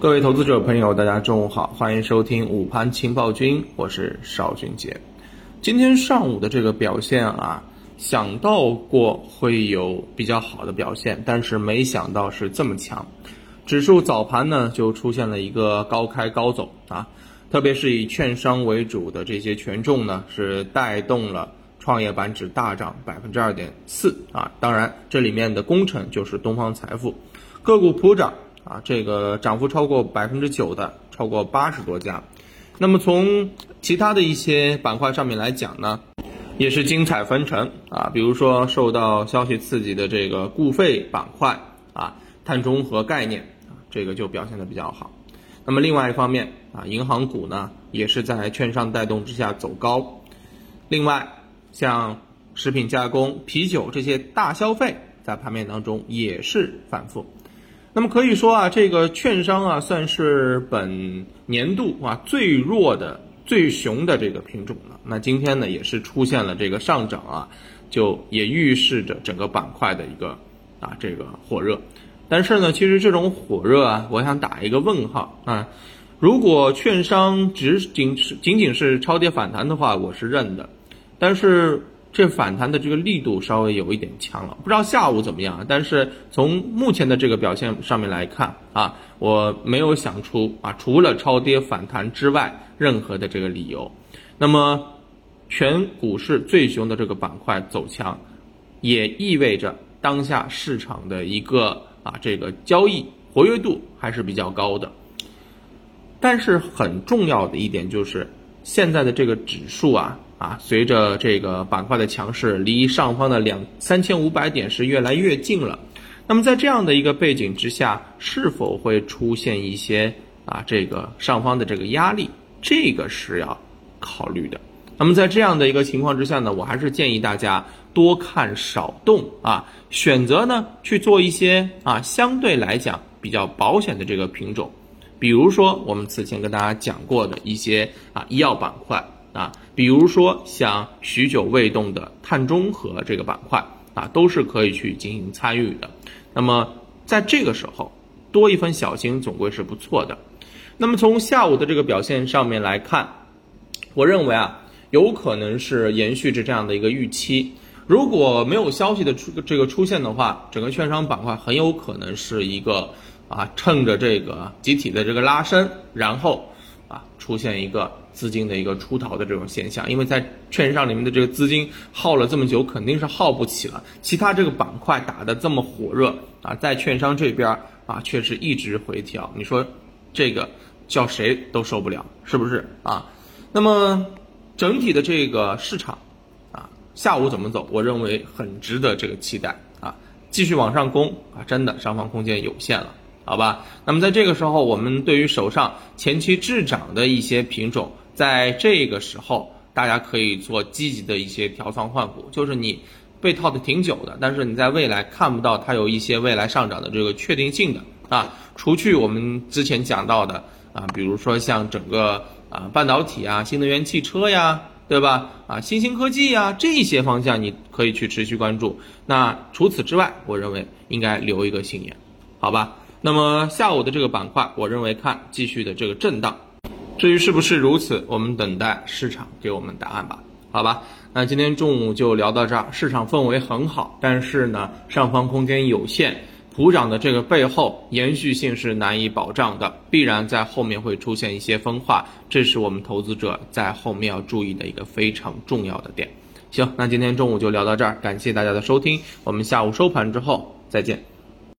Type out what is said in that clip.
各位投资者朋友，大家中午好，欢迎收听午盘情报君，我是邵俊杰。今天上午的这个表现啊，想到过会有比较好的表现，但是没想到是这么强。指数早盘呢就出现了一个高开高走啊，特别是以券商为主的这些权重呢是带动了创业板指大涨 2.4% 啊，当然这里面的功臣就是东方财富，个股普涨啊，这个涨幅超过 9% 的，超过80多家。那么从其他的一些板块上面来讲呢，也是精彩纷呈啊，比如说受到消息刺激的这个固废板块啊，碳中和概念啊，这个就表现得比较好。那么另外一方面啊，银行股呢也是在券商带动之下走高。另外像食品加工、啤酒这些大消费在盘面当中也是反复。那么可以说啊，这个券商啊算是本年度啊最弱的、最熊的这个品种了。那今天呢也是出现了这个上涨啊，就也预示着整个板块的一个这个火热。但是呢，其实这种火热啊，我想打一个问号啊。如果券商仅仅是超跌反弹的话，我是认的。但是这反弹的这个力度稍微有一点强了，不知道下午怎么样，但是从目前的这个表现上面来看啊，我没有想出啊除了超跌反弹之外任何的这个理由。那么全股市最凶的这个板块走强，也意味着当下市场的一个这个交易活跃度还是比较高的。但是很重要的一点就是现在的这个指数随着这个板块的强势，离上方的3500点是越来越近了。那么在这样的一个背景之下，是否会出现一些这个上方的这个压力，这个是要考虑的。那么在这样的一个情况之下呢，我还是建议大家多看少动选择呢去做一些相对来讲比较保险的这个品种。比如说我们此前跟大家讲过的一些医药板块比如说像许久未动的碳中和这个板块都是可以去进行参与的。那么在这个时候多一分小心总归是不错的。那么从下午的这个表现上面来看，我认为有可能是延续着这样的一个预期。如果没有消息的出现的话，整个券商板块很有可能是一个趁着这个集体的这个拉升，然后出现一个资金的一个出逃的这种现象。因为在券商里面的这个资金耗了这么久，肯定是耗不起了。其他这个板块打得这么火热在券商这边却是一直回调，你说这个叫谁都受不了，是不是那么整体的这个市场下午怎么走，我认为很值得这个期待继续往上攻真的上方空间有限了，好吧。那么在这个时候，我们对于手上前期滞涨的一些品种，在这个时候大家可以做积极的一些调仓换股，就是你被套的挺久的，但是你在未来看不到它有一些未来上涨的这个确定性的除去我们之前讲到的比如说像整个半导体新能源汽车呀，对吧新兴科技这些方向你可以去持续关注。那除此之外，我认为应该留一个心眼，好吧。那么下午的这个板块，我认为看继续的这个震荡，至于是不是如此，我们等待市场给我们答案吧，好吧。那今天中午就聊到这儿，市场氛围很好，但是呢上方空间有限，普涨的这个背后延续性是难以保障的，必然在后面会出现一些分化，这是我们投资者在后面要注意的一个非常重要的点。行，那今天中午就聊到这儿，感谢大家的收听，我们下午收盘之后再见。